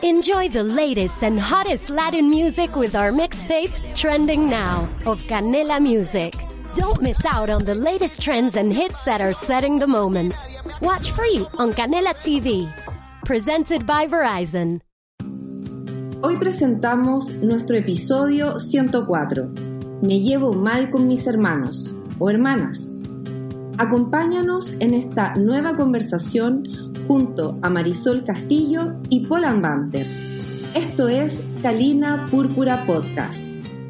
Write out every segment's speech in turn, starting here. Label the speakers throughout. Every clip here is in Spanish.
Speaker 1: Enjoy the latest and hottest Latin music with our mixtape, Trending Now, of Canela Music. Don't miss out on the latest trends and hits that are setting the moment. Watch free on Canela TV. Presented by Verizon.
Speaker 2: Hoy presentamos nuestro episodio 104. Me llevo mal con mis hermanos o hermanas. Acompáñanos en esta nueva conversación junto a Marisol Castillo y Paul Banter. Esto es Kalina Púrpura Podcast.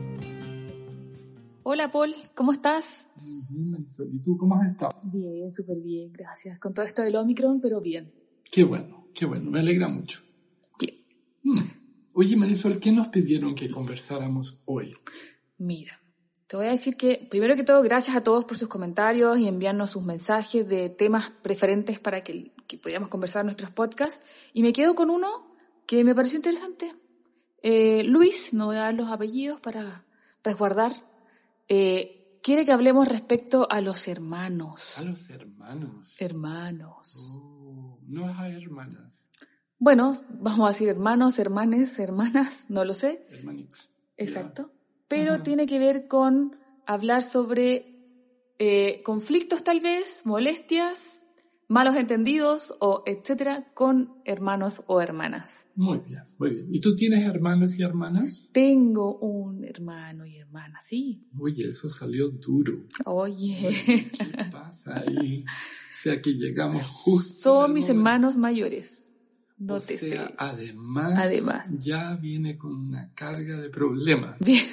Speaker 3: Hola Paul, ¿cómo estás?
Speaker 4: Bien, Marisol. ¿Y tú cómo has estado?
Speaker 3: Bien, súper bien, gracias. Con todo esto del Omicron, pero bien.
Speaker 4: Qué bueno, me alegra mucho.
Speaker 3: Bien.
Speaker 4: Oye, Marisol, ¿qué nos pidieron que conversáramos hoy?
Speaker 3: Mira, te voy a decir que, primero que todo, gracias a todos por sus comentarios y enviarnos sus mensajes de temas preferentes para que podamos conversar en nuestros podcasts. Y me quedo con uno que me pareció interesante. Luis, no voy a dar los apellidos para resguardar, quiere que hablemos respecto a los hermanos.
Speaker 4: ¿A los hermanos?
Speaker 3: Hermanos.
Speaker 4: Oh, no a hermanas.
Speaker 3: Bueno, vamos a decir hermanos, hermanes, hermanas, no lo sé.
Speaker 4: Hermanix.
Speaker 3: Exacto.
Speaker 4: Yeah.
Speaker 3: Pero tiene que ver con hablar sobre conflictos tal vez, molestias, malos entendidos o etcétera con hermanos o hermanas.
Speaker 4: Muy bien. ¿Y tú tienes hermanos y hermanas?
Speaker 3: Tengo un hermano y hermana, sí.
Speaker 4: Oye, eso salió duro.
Speaker 3: Oye.
Speaker 4: ¿Qué pasa ahí? O sea que llegamos justo.
Speaker 3: Son mis hermanos mayores. No
Speaker 4: o
Speaker 3: te
Speaker 4: sea,
Speaker 3: sé.
Speaker 4: Además, ya viene con una carga de problemas.
Speaker 3: Bien.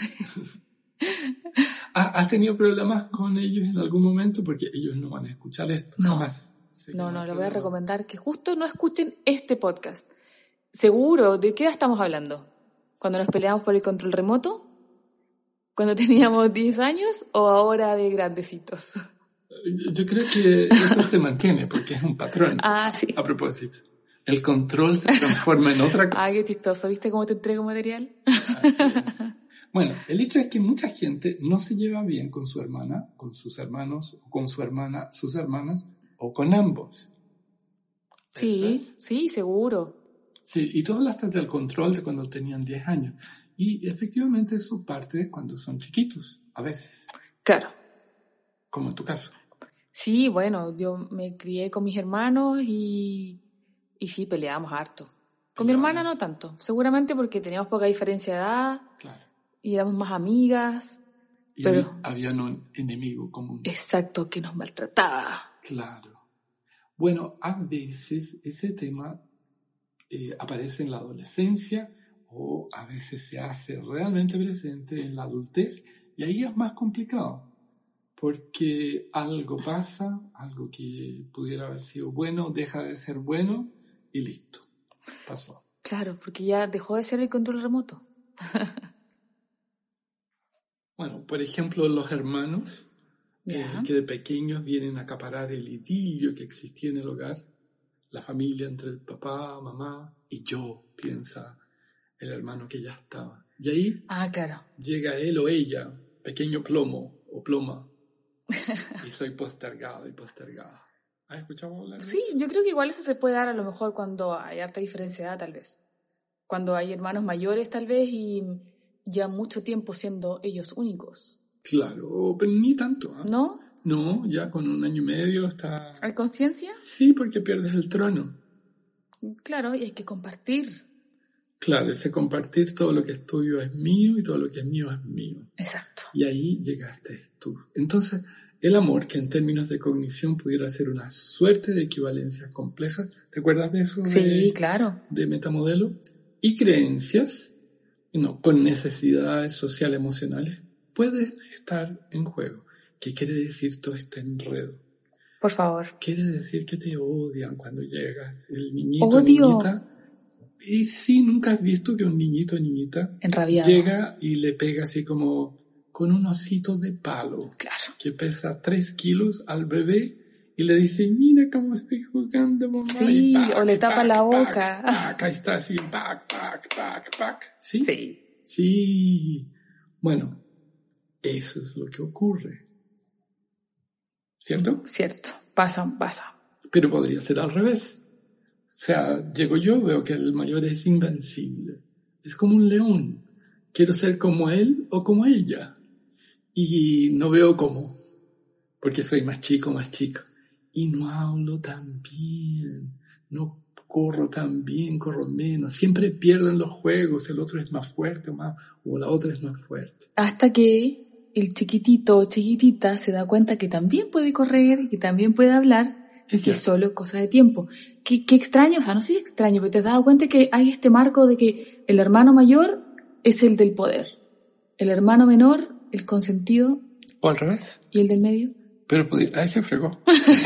Speaker 4: ¿Has tenido problemas con ellos en algún momento? Porque ellos no van a escuchar esto.
Speaker 3: No.
Speaker 4: Jamás.
Speaker 3: No, le voy a recomendar que justo no escuchen este podcast. Seguro, ¿de qué estamos hablando? ¿Cuando nos peleamos por el control remoto? ¿Cuando teníamos 10 años? ¿O ahora de grandecitos?
Speaker 4: Yo creo que eso se mantiene porque es un patrón.
Speaker 3: Ah, sí.
Speaker 4: A propósito. El control se transforma en otra cosa.
Speaker 3: Ah, qué chistoso. ¿Viste cómo te entrego material?
Speaker 4: Así es. Bueno, el hecho es que mucha gente no se lleva bien con su hermana, con sus hermanos, con su hermana, sus hermanas, o con ambos.
Speaker 3: Sí, seguro.
Speaker 4: Sí, y tú hablaste del control de cuando tenían 10 años. Y efectivamente eso parte cuando son chiquitos, a veces.
Speaker 3: Claro.
Speaker 4: Como en tu caso.
Speaker 3: Sí, bueno, yo me crié con mis hermanos y sí, peleábamos harto. Con mi hermana no tanto, seguramente porque teníamos poca diferencia de edad.
Speaker 4: Claro.
Speaker 3: Y éramos más amigas.
Speaker 4: Y
Speaker 3: pero
Speaker 4: había un enemigo común.
Speaker 3: Exacto, que nos maltrataba.
Speaker 4: Claro. Bueno, a veces ese tema aparece en la adolescencia o a veces se hace realmente presente en la adultez y ahí es más complicado. Porque algo pasa, algo que pudiera haber sido bueno, deja de ser bueno y listo, pasó.
Speaker 3: Claro, porque ya dejó de ser el control remoto.
Speaker 4: Bueno, por ejemplo, los hermanos que de pequeños vienen a acaparar el idilio que existía en el hogar, la familia entre el papá, mamá y yo, piensa el hermano que ya estaba. Y ahí
Speaker 3: claro.
Speaker 4: llega él o ella, pequeño plomo o ploma. Y soy postergado. ¿Has escuchado hablar de eso?
Speaker 3: Sí, yo creo que igual eso se puede dar a lo mejor cuando hay harta diferencia de edad, tal vez. Cuando hay hermanos mayores, tal vez, y ya mucho tiempo siendo ellos únicos.
Speaker 4: Claro, pero ni tanto.
Speaker 3: ¿No?
Speaker 4: No, ya con 1 año y medio está...
Speaker 3: ¿Hay conciencia?
Speaker 4: Sí, porque pierdes el trono.
Speaker 3: Claro, y hay que compartir.
Speaker 4: Claro, ese compartir, todo lo que es tuyo es mío y todo lo que es mío es mío.
Speaker 3: Exacto.
Speaker 4: Y ahí llegaste tú. Entonces, el amor, que en términos de cognición pudiera ser una suerte de equivalencias complejas, ¿te acuerdas de eso?
Speaker 3: Sí, claro.
Speaker 4: De metamodelo. Y creencias, con necesidades sociales emocionales, pueden estar en juego. ¿Qué quiere decir todo este enredo?
Speaker 3: Por favor.
Speaker 4: Quiere decir que te odian cuando llegas. El niñito,
Speaker 3: Odio.
Speaker 4: niñita. Y sí, nunca has visto que un niñito o niñita
Speaker 3: enrabiado
Speaker 4: llega y le pega así como con un osito de palo.
Speaker 3: Claro.
Speaker 4: Que pesa 3 kilos al bebé y le dice, mira cómo estoy jugando, mamá.
Speaker 3: Sí,
Speaker 4: y pac,
Speaker 3: o le tapa
Speaker 4: pac,
Speaker 3: la
Speaker 4: pac,
Speaker 3: boca.
Speaker 4: Pac, ahí está así, pac. ¿Sí?
Speaker 3: Sí.
Speaker 4: Sí. Bueno, eso es lo que ocurre. ¿Cierto?
Speaker 3: Cierto. Pasa.
Speaker 4: Pero podría ser al revés. sea, llego yo, veo que el mayor es invencible. Es como un león. Quiero ser como él o como ella. Y no veo cómo, porque soy más chico, más chica. Y no hablo tan bien, no corro tan bien, corro menos. Siempre pierdo en los juegos, el otro es más fuerte o la otra es más fuerte.
Speaker 3: Hasta que el chiquitito o chiquitita se da cuenta que también puede correr y que también puede hablar, y que es solo cosa de tiempo. Qué extraño, o sea, no sé si es extraño, pero te has dado cuenta que hay este marco de que el hermano mayor es el del poder, el hermano menor, el consentido.
Speaker 4: ¿O al revés?
Speaker 3: ¿Y el del medio?
Speaker 4: Pero ahí se fregó.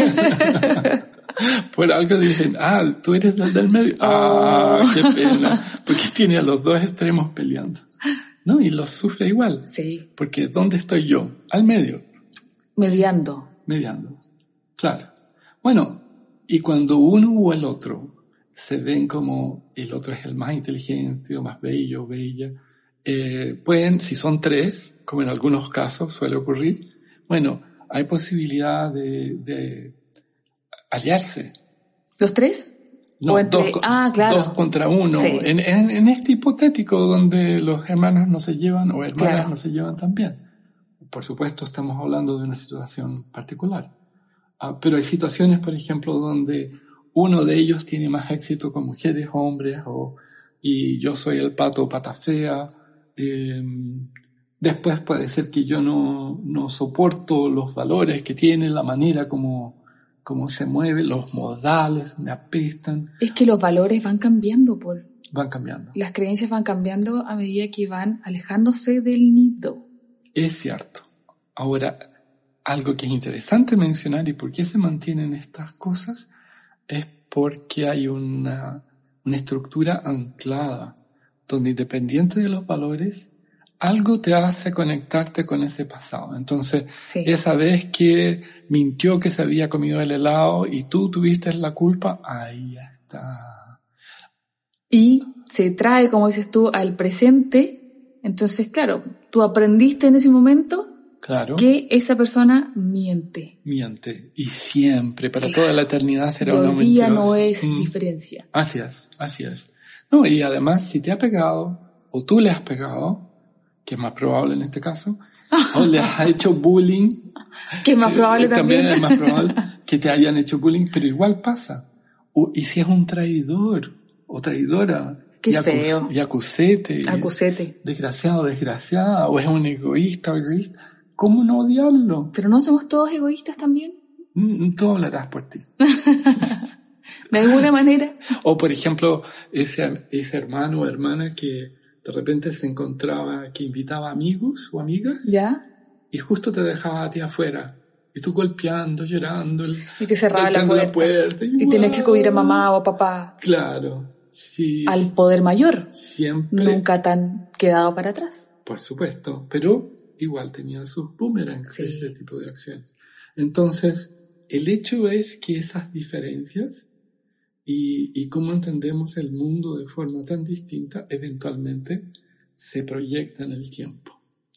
Speaker 4: Por algo dicen, tú eres el del medio. Qué pena. Porque tiene a los dos extremos peleando. ¿No? Y los sufre igual.
Speaker 3: Sí.
Speaker 4: Porque ¿dónde estoy yo? Al medio.
Speaker 3: Mediando.
Speaker 4: Claro. Bueno, y cuando uno o el otro se ven como el otro es el más inteligente o más bello o bella, pueden, si son tres, como en algunos casos suele ocurrir, bueno, hay posibilidad de aliarse.
Speaker 3: ¿Los tres?
Speaker 4: No,
Speaker 3: claro.
Speaker 4: 2 contra 1. Sí. En este hipotético donde los hermanos no se llevan o hermanas no se llevan tan bien. Por supuesto estamos hablando de una situación particular. Pero hay situaciones, por ejemplo, donde uno de ellos tiene más éxito con mujeres o hombres, y yo soy el pato o pata fea. Después puede ser que yo no soporto los valores que tiene, la manera como se mueve, los modales me apestan.
Speaker 3: Es que los valores van cambiando, Paul.
Speaker 4: Van cambiando.
Speaker 3: Las creencias van cambiando a medida que van alejándose del nido.
Speaker 4: Es cierto. Ahora, algo que es interesante mencionar y por qué se mantienen estas cosas es porque hay una estructura anclada, donde independiente de los valores, algo te hace conectarte con ese pasado. Entonces, esa vez que mintió que se había comido el helado y tú tuviste la culpa, ahí está.
Speaker 3: Y se trae, como dices tú, al presente. Entonces, claro, tú aprendiste en ese momento que esa persona miente.
Speaker 4: Miente. Y siempre, para toda la eternidad será una mentirosa.
Speaker 3: Hoy día no es diferencia.
Speaker 4: Así es. No, y además, si te ha pegado, o tú le has pegado, que es más probable en este caso, o le has hecho bullying,
Speaker 3: que es más probable
Speaker 4: también es más probable que te hayan hecho bullying, pero igual pasa. Y si es un traidor o traidora,
Speaker 3: qué feo.
Speaker 4: Y acusete, desgraciado, desgraciada, o es un egoísta, ¿cómo no odiarlo?
Speaker 3: Pero no somos todos egoístas también.
Speaker 4: Tú hablarás por ti.
Speaker 3: De alguna manera.
Speaker 4: O por ejemplo, ese hermano o hermana que de repente se encontraba, que invitaba amigos o amigas.
Speaker 3: ¿Ya?
Speaker 4: Y justo te dejaba a ti afuera. Y tú golpeando, llorando.
Speaker 3: Y te cerraba la puerta. Y tenías que acudir a mamá o a papá.
Speaker 4: Claro. Sí.
Speaker 3: Al poder mayor.
Speaker 4: Siempre.
Speaker 3: Nunca tan quedado para atrás.
Speaker 4: Por supuesto. Pero igual tenía sus boomerangs, ese tipo de acciones. Entonces, el hecho es que esas diferencias y cómo entendemos el mundo de forma tan distinta, eventualmente se proyecta en el tiempo.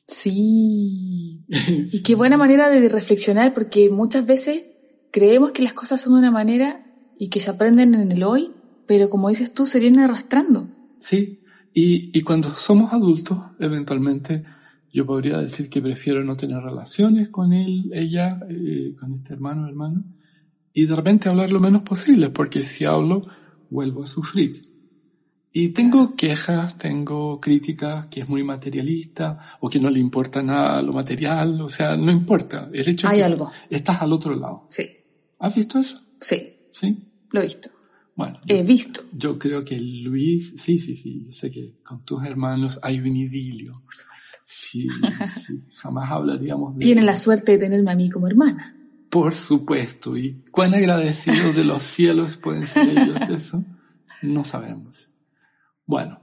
Speaker 3: Sí. Y qué buena manera de reflexionar, porque muchas veces creemos que las cosas son de una manera y que se aprenden en el hoy, pero como dices tú, se vienen arrastrando.
Speaker 4: Sí. Y cuando somos adultos, eventualmente yo podría decir que prefiero no tener relaciones con él, ella, con este hermano o hermana, y de repente hablar lo menos posible, porque si hablo, vuelvo a sufrir. Y tengo quejas, tengo críticas, que es muy materialista, o que no le importa nada lo material, o sea, no importa. El hecho
Speaker 3: hay
Speaker 4: es que
Speaker 3: algo.
Speaker 4: Estás al otro lado.
Speaker 3: Sí.
Speaker 4: ¿Has visto eso?
Speaker 3: Sí.
Speaker 4: ¿Sí?
Speaker 3: Lo he visto.
Speaker 4: Bueno.
Speaker 3: He visto.
Speaker 4: Yo creo que Luis, sí, yo sé que con tus hermanos hay un idilio.
Speaker 3: Por supuesto.
Speaker 4: Sí, jamás hablaríamos de...
Speaker 3: Tienen la suerte de tenerme a mí como hermana.
Speaker 4: Por supuesto, y cuán agradecidos de los cielos pueden ser ellos de eso, no sabemos. Bueno,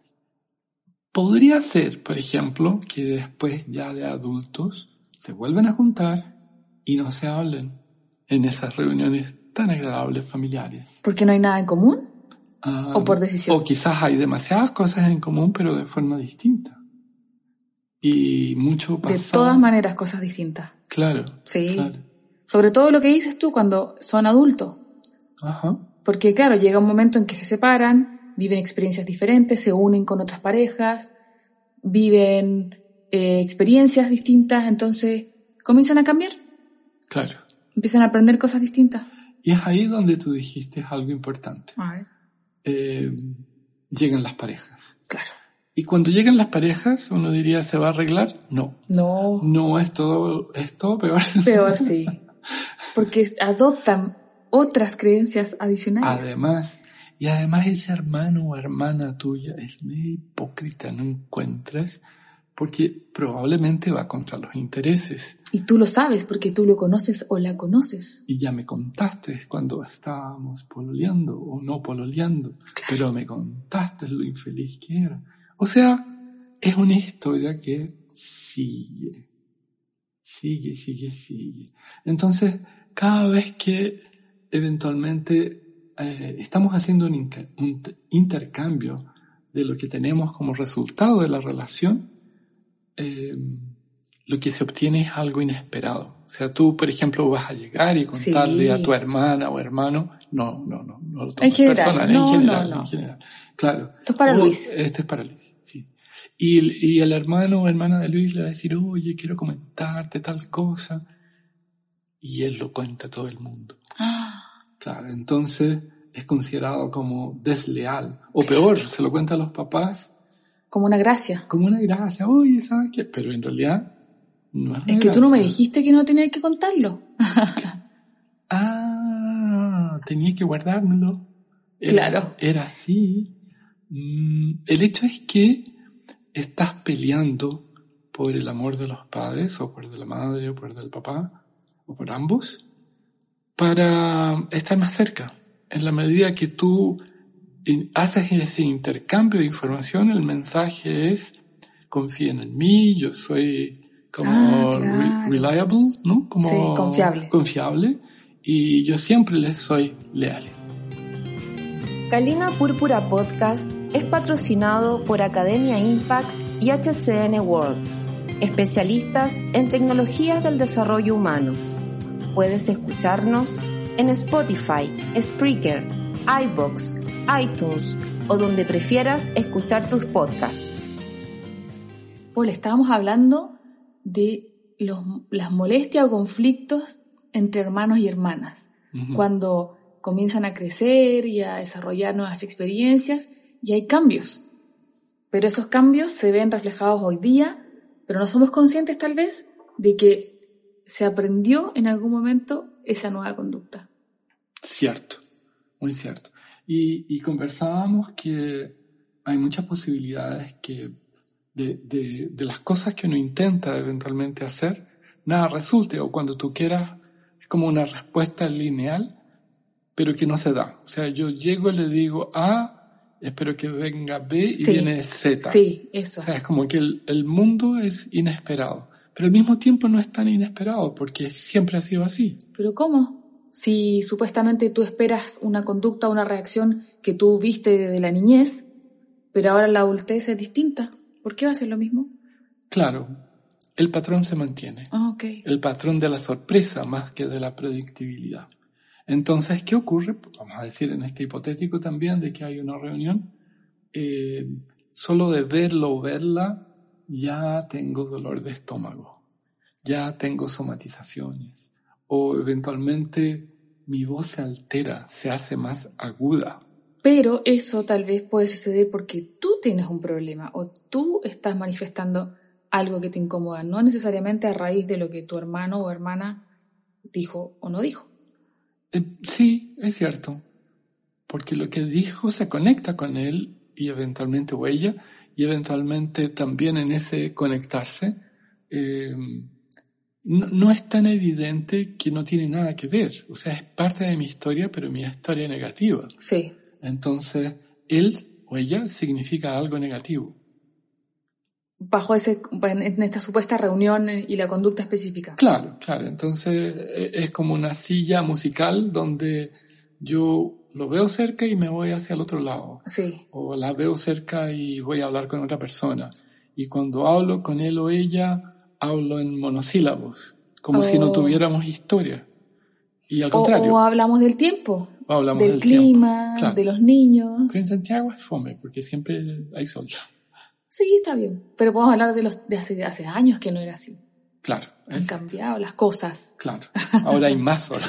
Speaker 4: podría ser, por ejemplo, que después ya de adultos se vuelven a juntar y no se hablen en esas reuniones tan agradables familiares.
Speaker 3: ¿Porque no hay nada en común? ¿O por decisión?
Speaker 4: O quizás hay demasiadas cosas en común, pero de forma distinta. Y mucho pasado.
Speaker 3: De todas maneras, cosas distintas.
Speaker 4: Claro.
Speaker 3: Sí.
Speaker 4: Claro.
Speaker 3: Sobre todo lo que dices tú cuando son adultos.
Speaker 4: Ajá.
Speaker 3: Porque claro, llega un momento en que se separan, viven experiencias diferentes, se unen con otras parejas, viven experiencias distintas, entonces comienzan a cambiar.
Speaker 4: Claro.
Speaker 3: Empiezan a aprender cosas distintas.
Speaker 4: Y es ahí donde tú dijiste algo importante.
Speaker 3: A ver.
Speaker 4: Llegan las parejas.
Speaker 3: Claro.
Speaker 4: Y cuando llegan las parejas, uno diría, ¿se va a arreglar? No. No, es todo peor.
Speaker 3: Peor, sí. Porque adoptan otras creencias adicionales.
Speaker 4: Además ese hermano o hermana tuya es medio hipócrita, ¿no encuentras? Porque probablemente va contra los intereses.
Speaker 3: Y tú lo sabes porque tú lo conoces o la conoces.
Speaker 4: Y ya me contaste cuando estábamos pololeando o no pololeando, claro. Pero me contaste lo infeliz que era. O sea, es una historia que sigue. Entonces, cada vez que eventualmente estamos haciendo un intercambio de lo que tenemos como resultado de la relación, lo que se obtiene es algo inesperado. O sea, tú, por ejemplo, vas a llegar y contarle a tu hermana o hermano, no lo tomes personal, en general. Claro.
Speaker 3: Esto es para Luis.
Speaker 4: Este es para Luis, sí. Y el hermano o hermana de Luis le va a decir, oye, quiero comentarte tal cosa. Y él lo cuenta a todo el mundo. Claro, entonces es considerado como desleal. O peor, se lo cuenta a los papás.
Speaker 3: Como una gracia.
Speaker 4: Oye, ¿sabes qué? Pero en realidad no es una
Speaker 3: que gracia. Tú no me dijiste que no tenía que contarlo.
Speaker 4: Tenía que guardármelo.
Speaker 3: Claro.
Speaker 4: Era así. El hecho es que estás peleando por el amor de los padres, o por el de la madre, o por el del papá, o por ambos, para estar más cerca. En la medida que tú haces ese intercambio de información, el mensaje es, confíen en mí, yo soy como
Speaker 3: claro.
Speaker 4: Reliable, ¿no? Como
Speaker 3: sí,
Speaker 4: confiable, y yo siempre les soy leal.
Speaker 2: Kalina Púrpura Podcast es patrocinado por Academia Impact y HCN World, especialistas en tecnologías del desarrollo humano. Puedes escucharnos en Spotify, Spreaker, iVoox, iTunes o donde prefieras escuchar tus podcasts.
Speaker 3: Paul, estábamos hablando de las molestias o conflictos entre hermanos y hermanas. Uh-huh. Cuando comienzan a crecer y a desarrollar nuevas experiencias y hay cambios. Pero esos cambios se ven reflejados hoy día, pero no somos conscientes tal vez de que se aprendió en algún momento esa nueva conducta.
Speaker 4: Cierto, muy cierto. Y conversábamos que hay muchas posibilidades que de las cosas que uno intenta eventualmente hacer, nada resulte, o cuando tú quieras, es como una respuesta lineal, pero que no se da. O sea, yo llego y le digo A, espero que venga B y viene Z.
Speaker 3: Sí, eso.
Speaker 4: O sea, es como que el mundo es inesperado, pero al mismo tiempo no es tan inesperado porque siempre ha sido así.
Speaker 3: ¿Pero cómo? Si supuestamente tú esperas una conducta, una reacción que tú viste desde la niñez, pero ahora la adultez es distinta, ¿por qué va a ser lo mismo?
Speaker 4: Claro, el patrón se mantiene.
Speaker 3: Okay.
Speaker 4: El patrón de la sorpresa más que de la predictibilidad. Entonces, ¿qué ocurre? Vamos a decir en este hipotético también de que hay una reunión, solo de verlo o verla ya tengo dolor de estómago, ya tengo somatizaciones, o eventualmente mi voz se altera, se hace más aguda.
Speaker 3: Pero eso tal vez puede suceder porque tú tienes un problema o tú estás manifestando algo que te incomoda, no necesariamente a raíz de lo que tu hermano o hermana dijo o no dijo.
Speaker 4: Sí, es cierto, porque lo que dijo se conecta con él y eventualmente o ella, y eventualmente también en ese conectarse, no es tan evidente que no tiene nada que ver. O sea, es parte de mi historia, pero mi historia negativa.
Speaker 3: Sí.
Speaker 4: Entonces, él o ella significa algo negativo.
Speaker 3: Bajo en esta supuesta reunión y la conducta específica.
Speaker 4: Claro. Entonces, es como una silla musical donde yo lo veo cerca y me voy hacia el otro lado.
Speaker 3: Sí.
Speaker 4: O la veo cerca y voy a hablar con otra persona. Y cuando hablo con él o ella, hablo en monosílabos, como si no tuviéramos historia. Y al contrario.
Speaker 3: O hablamos del tiempo.
Speaker 4: hablamos
Speaker 3: del clima,
Speaker 4: tiempo. Claro.
Speaker 3: de los niños.
Speaker 4: Pero en Santiago es fome, porque siempre hay sol.
Speaker 3: Sí, está bien. Pero podemos hablar de hace años que no era así.
Speaker 4: Claro.
Speaker 3: Han cambiado las cosas.
Speaker 4: Claro. Ahora hay más sol.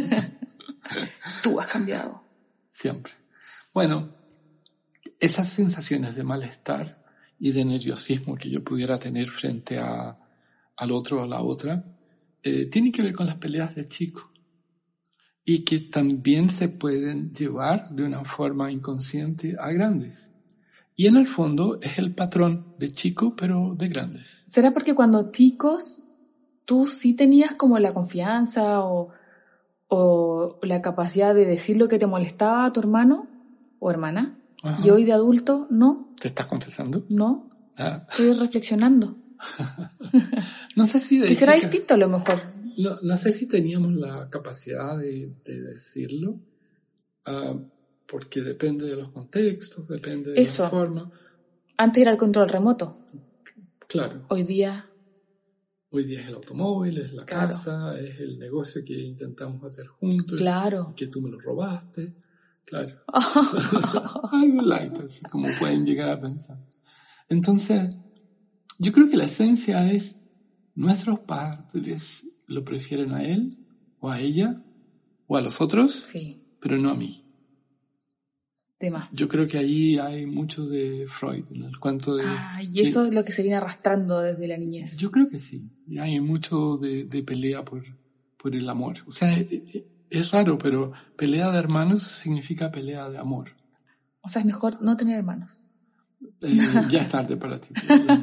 Speaker 3: Tú has cambiado.
Speaker 4: Siempre. Bueno, esas sensaciones de malestar y de nerviosismo que yo pudiera tener frente al otro o a la otra, tienen que ver con las peleas de chico. Y que también se pueden llevar de una forma inconsciente a grandes. Y en el fondo es el patrón de chico, pero de grandes.
Speaker 3: ¿Será porque cuando chicos tú sí tenías como la confianza o la capacidad de decir lo que te molestaba a tu hermano o hermana? Ajá. Y hoy de adulto, ¿no?
Speaker 4: ¿Te estás confesando?
Speaker 3: No. Estoy reflexionando.
Speaker 4: No sé si
Speaker 3: que será distinto a lo mejor.
Speaker 4: No sé si teníamos la capacidad de decirlo, porque depende de los contextos, depende de la forma.
Speaker 3: Antes era el control remoto.
Speaker 4: Claro.
Speaker 3: Hoy día
Speaker 4: es el automóvil, es la casa, es el negocio que intentamos hacer juntos.
Speaker 3: Claro.
Speaker 4: Que tú me lo robaste. Claro. Algo light, así como pueden llegar a pensar. Entonces, yo creo que la esencia es nuestros padres lo prefieren a él o a ella o a los otros,
Speaker 3: sí,
Speaker 4: pero no a mí.
Speaker 3: Tema.
Speaker 4: Yo creo que ahí hay mucho de Freud, en el cuento de...
Speaker 3: y eso es lo que se viene arrastrando desde la niñez.
Speaker 4: Yo creo que sí. Y hay mucho de pelea por el amor. O sea, es raro, pero pelea de hermanos significa pelea de amor.
Speaker 3: O sea, es mejor no tener hermanos.
Speaker 4: Ya es tarde para ti.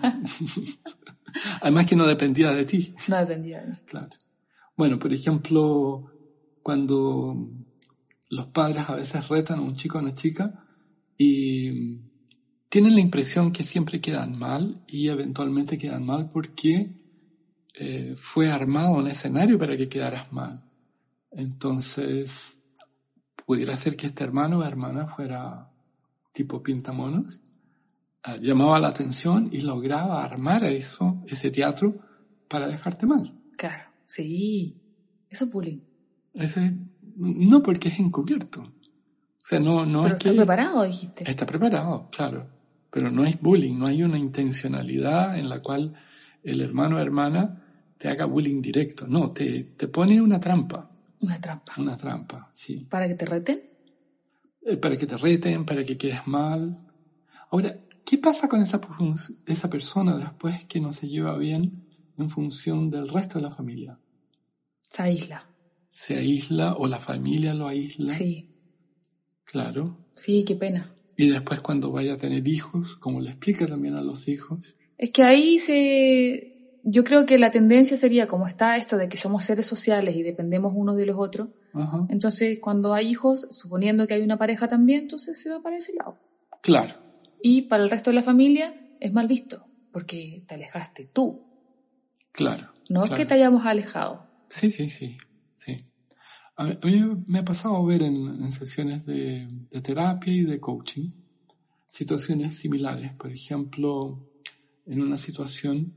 Speaker 4: Además que no dependía de ti.
Speaker 3: No dependía de mí.
Speaker 4: Claro. Bueno, por ejemplo, cuando los padres a veces retan a un chico o a una chica y tienen la impresión que siempre quedan mal y eventualmente quedan mal porque fue armado un escenario para que quedaras mal. Entonces, pudiera ser que este hermano o hermana fuera tipo pintamonos, llamaba la atención y lograba armar ese teatro para dejarte mal.
Speaker 3: Claro, sí. Eso es bullying.
Speaker 4: No, porque es encubierto. O sea, no
Speaker 3: pero
Speaker 4: es
Speaker 3: está
Speaker 4: que...
Speaker 3: preparado, dijiste.
Speaker 4: Está preparado, claro. Pero no es bullying, no hay una intencionalidad en la cual el hermano o hermana te haga bullying directo. No, te pone una trampa.
Speaker 3: Una trampa.
Speaker 4: Una trampa, sí.
Speaker 3: ¿Para que te reten?
Speaker 4: Para que te reten, para que quedes mal. Ahora, ¿qué pasa con esa persona después que no se lleva bien en función del resto de la familia?
Speaker 3: Se aísla.
Speaker 4: Se aísla o la familia lo aísla.
Speaker 3: Sí.
Speaker 4: Claro.
Speaker 3: Sí, qué pena.
Speaker 4: Y después cuando vaya a tener hijos, como le explica también a los hijos.
Speaker 3: Es que ahí yo creo que la tendencia sería, como está esto de que somos seres sociales y dependemos unos de los otros,
Speaker 4: ajá,
Speaker 3: entonces cuando hay hijos, suponiendo que hay una pareja también, entonces se va para ese lado.
Speaker 4: Claro.
Speaker 3: Y para el resto de la familia es mal visto, porque te alejaste tú.
Speaker 4: Claro.
Speaker 3: No
Speaker 4: claro.
Speaker 3: Es que te hayamos alejado.
Speaker 4: Sí. A mí me ha pasado ver en sesiones de terapia y de coaching situaciones similares. Por ejemplo, en una situación,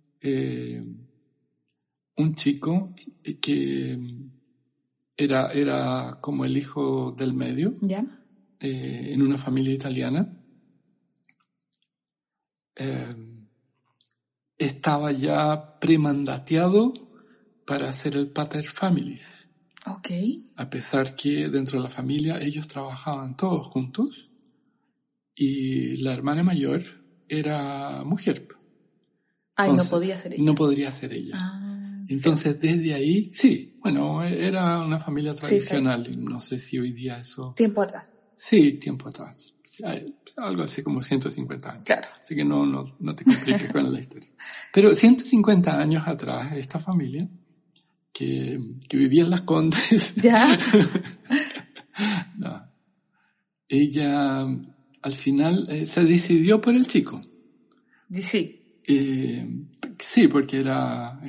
Speaker 4: un chico que era como el hijo del medio,
Speaker 3: ¿ya?
Speaker 4: En una familia italiana, estaba ya premandateado para hacer el pater familias.
Speaker 3: Okay.
Speaker 4: A pesar que dentro de la familia ellos trabajaban todos juntos y la hermana mayor era mujer. Entonces,
Speaker 3: no podía ser ella.
Speaker 4: No podría ser ella. Entonces, desde ahí, sí, bueno, era una familia tradicional. Sí. No sé si hoy día eso...
Speaker 3: Tiempo atrás.
Speaker 4: Sí, tiempo atrás. Algo así como 150 años.
Speaker 3: Claro.
Speaker 4: Así que no te compliques con la historia. Pero 150 años atrás, esta familia... Que vivía en Las Condes.
Speaker 3: ¿Ya?
Speaker 4: No. Ella al final se decidió por el chico.
Speaker 3: Sí.
Speaker 4: Sí, porque era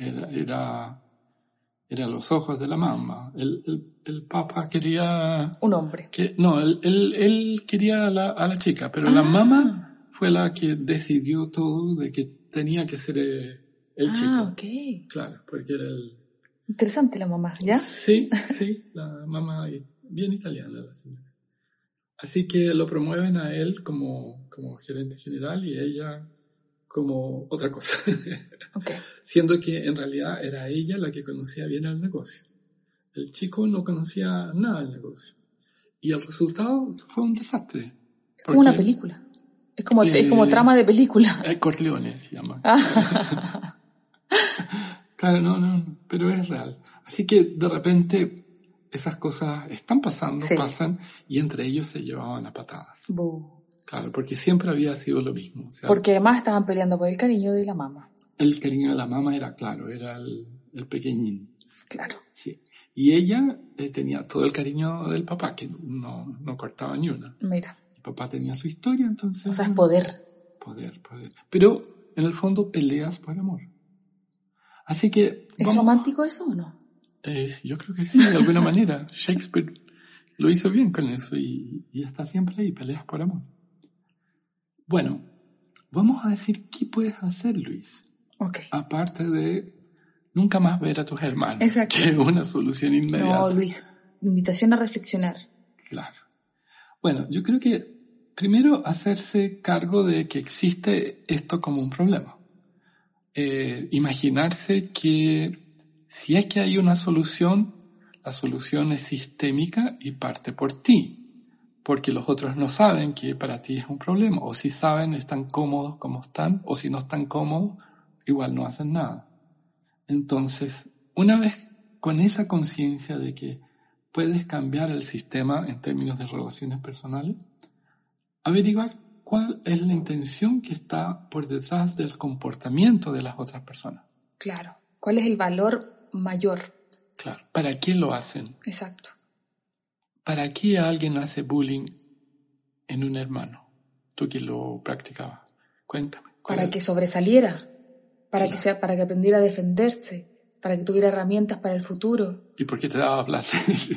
Speaker 4: los ojos de la mamá. El papá quería...
Speaker 3: Un hombre.
Speaker 4: Él quería a la chica, pero la mamá fue la que decidió todo de que tenía que ser el chico.
Speaker 3: Ok.
Speaker 4: Claro, porque era el...
Speaker 3: Interesante la mamá, ¿ya?
Speaker 4: Sí, la mamá bien italiana la señora. Así que lo promueven a él como gerente general y ella como otra cosa.
Speaker 3: Okay.
Speaker 4: Siendo que en realidad era ella la que conocía bien el negocio. El chico no conocía nada del negocio. Y el resultado fue un desastre.
Speaker 3: Es como una película. Es como trama de película.
Speaker 4: Corleone se llama. Claro, no, pero es real. Así que de repente esas cosas están pasando, sí. Pasan, y entre ellos se llevaban a patadas. Claro, porque siempre había sido lo mismo. O sea,
Speaker 3: porque además estaban peleando por el cariño de la mamá.
Speaker 4: El cariño de la mamá era, claro, era el pequeñín.
Speaker 3: Claro.
Speaker 4: Sí. Y ella tenía todo el cariño del papá, que no cortaba ni una.
Speaker 3: Mira.
Speaker 4: El papá tenía su historia, entonces...
Speaker 3: O sea, es poder.
Speaker 4: Poder. Pero, en el fondo, peleas por amor. Así que...
Speaker 3: ¿Es romántico eso o no?
Speaker 4: Yo creo que sí, de alguna manera. Shakespeare lo hizo bien con eso y está siempre ahí, peleas por amor. Bueno, vamos a decir qué puedes hacer, Luis.
Speaker 3: Okay.
Speaker 4: Aparte de nunca más ver a tus hermanos.
Speaker 3: Exacto.
Speaker 4: Que es una solución inmediata.
Speaker 3: No, Luis, invitación a reflexionar.
Speaker 4: Claro. Bueno, yo creo que primero hacerse cargo de que existe esto como un problema. Imaginarse que si es que hay una solución, la solución es sistémica y parte por ti. Porque los otros no saben que para ti es un problema. O si saben, están cómodos como están. O si no están cómodos, igual no hacen nada. Entonces, una vez con esa conciencia de que puedes cambiar el sistema en términos de relaciones personales, averiguar cuál es la intención que está por detrás del comportamiento de las otras personas.
Speaker 3: Claro. ¿Cuál es el valor mayor?
Speaker 4: Claro. ¿Para qué lo hacen?
Speaker 3: Exacto.
Speaker 4: ¿Para qué alguien hace bullying en un hermano? Tú que lo practicabas. Cuéntame.
Speaker 3: Para que sobresaliera. Para que aprendiera a defenderse, para que tuviera herramientas para el futuro.
Speaker 4: ¿Y por qué te daba placer?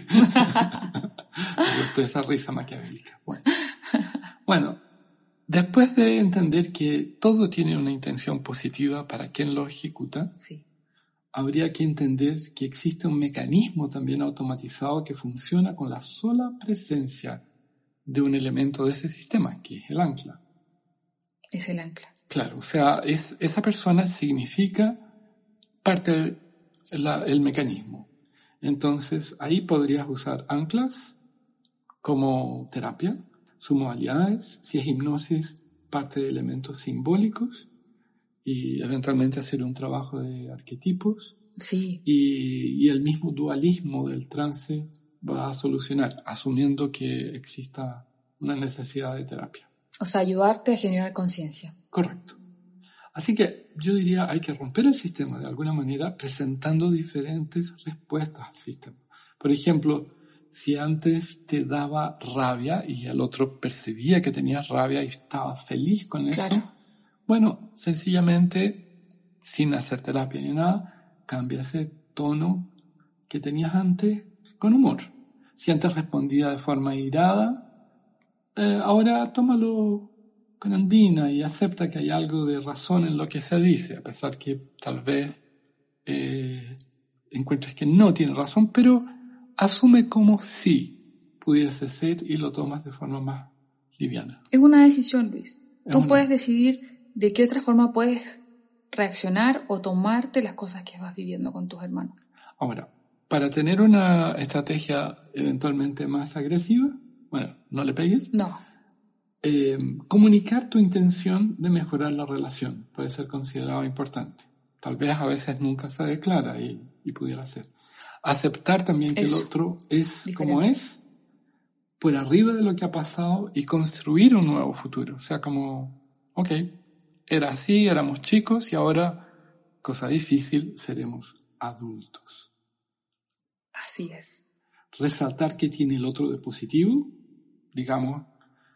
Speaker 4: Me gustó esa risa maquiavélica. Bueno, después de entender que todo tiene una intención positiva para quien lo ejecuta,
Speaker 3: sí.
Speaker 4: Habría que entender que existe un mecanismo también automatizado que funciona con la sola presencia de un elemento de ese sistema, que es el ancla.
Speaker 3: Es el ancla.
Speaker 4: Claro, o sea, esa persona significa parte del mecanismo. Entonces, ahí podrías usar anclas como terapia, sus modalidades, si es hipnosis, parte de elementos simbólicos y eventualmente hacer un trabajo de arquetipos.
Speaker 3: Sí.
Speaker 4: Y el mismo dualismo del trance va a solucionar, asumiendo que exista una necesidad de terapia.
Speaker 3: O sea, ayudarte a generar conciencia.
Speaker 4: Correcto. Así que yo diría hay que romper el sistema de alguna manera presentando diferentes respuestas al sistema. Por ejemplo, si antes te daba rabia y el otro percibía que tenías rabia y estaba feliz con eso, claro. Bueno, sencillamente, sin hacer terapia ni nada, cambia ese tono que tenías antes con humor. Si antes respondía de forma irada, ahora tómalo con andina y acepta que hay algo de razón en lo que se dice, a pesar que tal vez encuentres que no tiene razón, pero asume como si pudiese ser y lo tomas de forma más liviana.
Speaker 3: Es una decisión, Luis. Tú puedes decidir de qué otra forma puedes reaccionar o tomarte las cosas que vas viviendo con tus hermanos.
Speaker 4: Ahora, para tener una estrategia eventualmente más agresiva, bueno, no le pegues.
Speaker 3: No.
Speaker 4: Comunicar tu intención de mejorar la relación puede ser considerado importante. Tal vez a veces nunca se declara y pudiera ser. Aceptar también que el otro es diferente. Como es, por arriba de lo que ha pasado y construir un nuevo futuro. O sea, como, ok, era así, éramos chicos y ahora, cosa difícil, seremos adultos.
Speaker 3: Así es.
Speaker 4: Resaltar qué tiene el otro de positivo, digamos,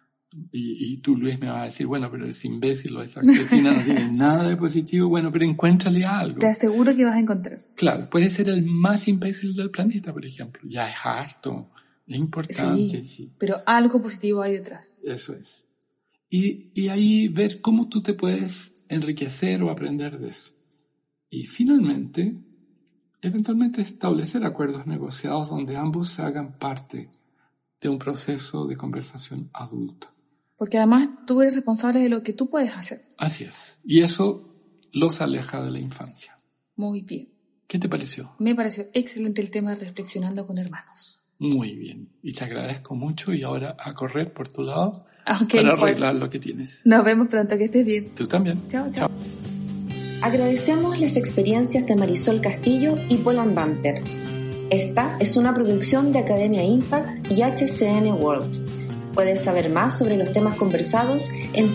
Speaker 4: y tú, Luis, me vas a decir, bueno, pero es imbécil o esa Cristina no tiene nada de positivo, bueno, pero encuéntrale algo.
Speaker 3: Te aseguro que vas a encontrar.
Speaker 4: Claro, puede ser el más imbécil del planeta, por ejemplo. Ya es harto, es importante. Sí.
Speaker 3: Pero algo positivo hay detrás.
Speaker 4: Eso es. Y ahí ver cómo tú te puedes enriquecer o aprender de eso. Y finalmente, eventualmente establecer acuerdos negociados donde ambos se hagan parte de un proceso de conversación adulto.
Speaker 3: Porque además tú eres responsable de lo que tú puedes hacer.
Speaker 4: Así es. Y eso los aleja de la infancia.
Speaker 3: Muy bien.
Speaker 4: ¿Qué te pareció?
Speaker 3: Me pareció excelente el tema Reflexionando con Hermanos.
Speaker 4: Muy bien. Y te agradezco mucho y ahora a correr por tu lado
Speaker 3: Okay,
Speaker 4: para arreglar lo que tienes.
Speaker 3: Nos vemos pronto, que estés bien.
Speaker 4: Tú también.
Speaker 3: Chao, chao.
Speaker 2: Agradecemos las experiencias de Marisol Castillo y Paul Andanter. Esta es una producción de Academia Impact y HCN World. Puedes saber más sobre los temas conversados en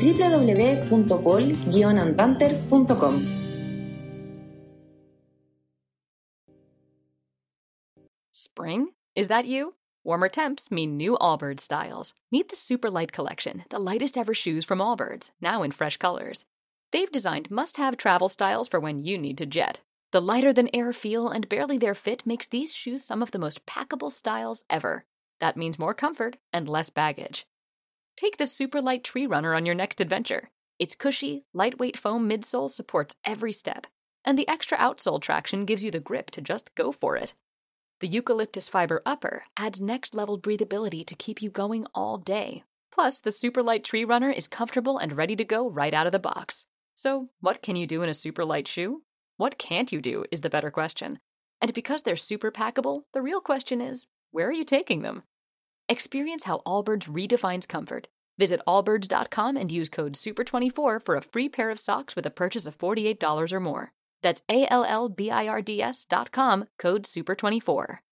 Speaker 2: www.paul-andanter.com.
Speaker 5: Spring? Is that you? Warmer temps mean new Allbirds styles. Meet the Super Light Collection, the lightest ever shoes from Allbirds, now in fresh colors. They've designed must-have travel styles for when you need to jet. The lighter-than-air feel and barely-there fit makes these shoes some of the most packable styles ever. That means more comfort and less baggage. Take the Super Light Tree Runner on your next adventure. Its cushy, lightweight foam midsole supports every step, and the extra outsole traction gives you the grip to just go for it. The eucalyptus fiber upper adds next-level breathability to keep you going all day. Plus, the Super Light Tree Runner is comfortable and ready to go right out of the box. So, what can you do in a super light shoe? What can't you do is the better question. And because they're super packable, the real question is, where are you taking them? Experience how Allbirds redefines comfort. Visit allbirds.com and use code SUPER24 for a free pair of socks with a purchase of $48 or more. That's ALLBIRDS.com, code SUPER24.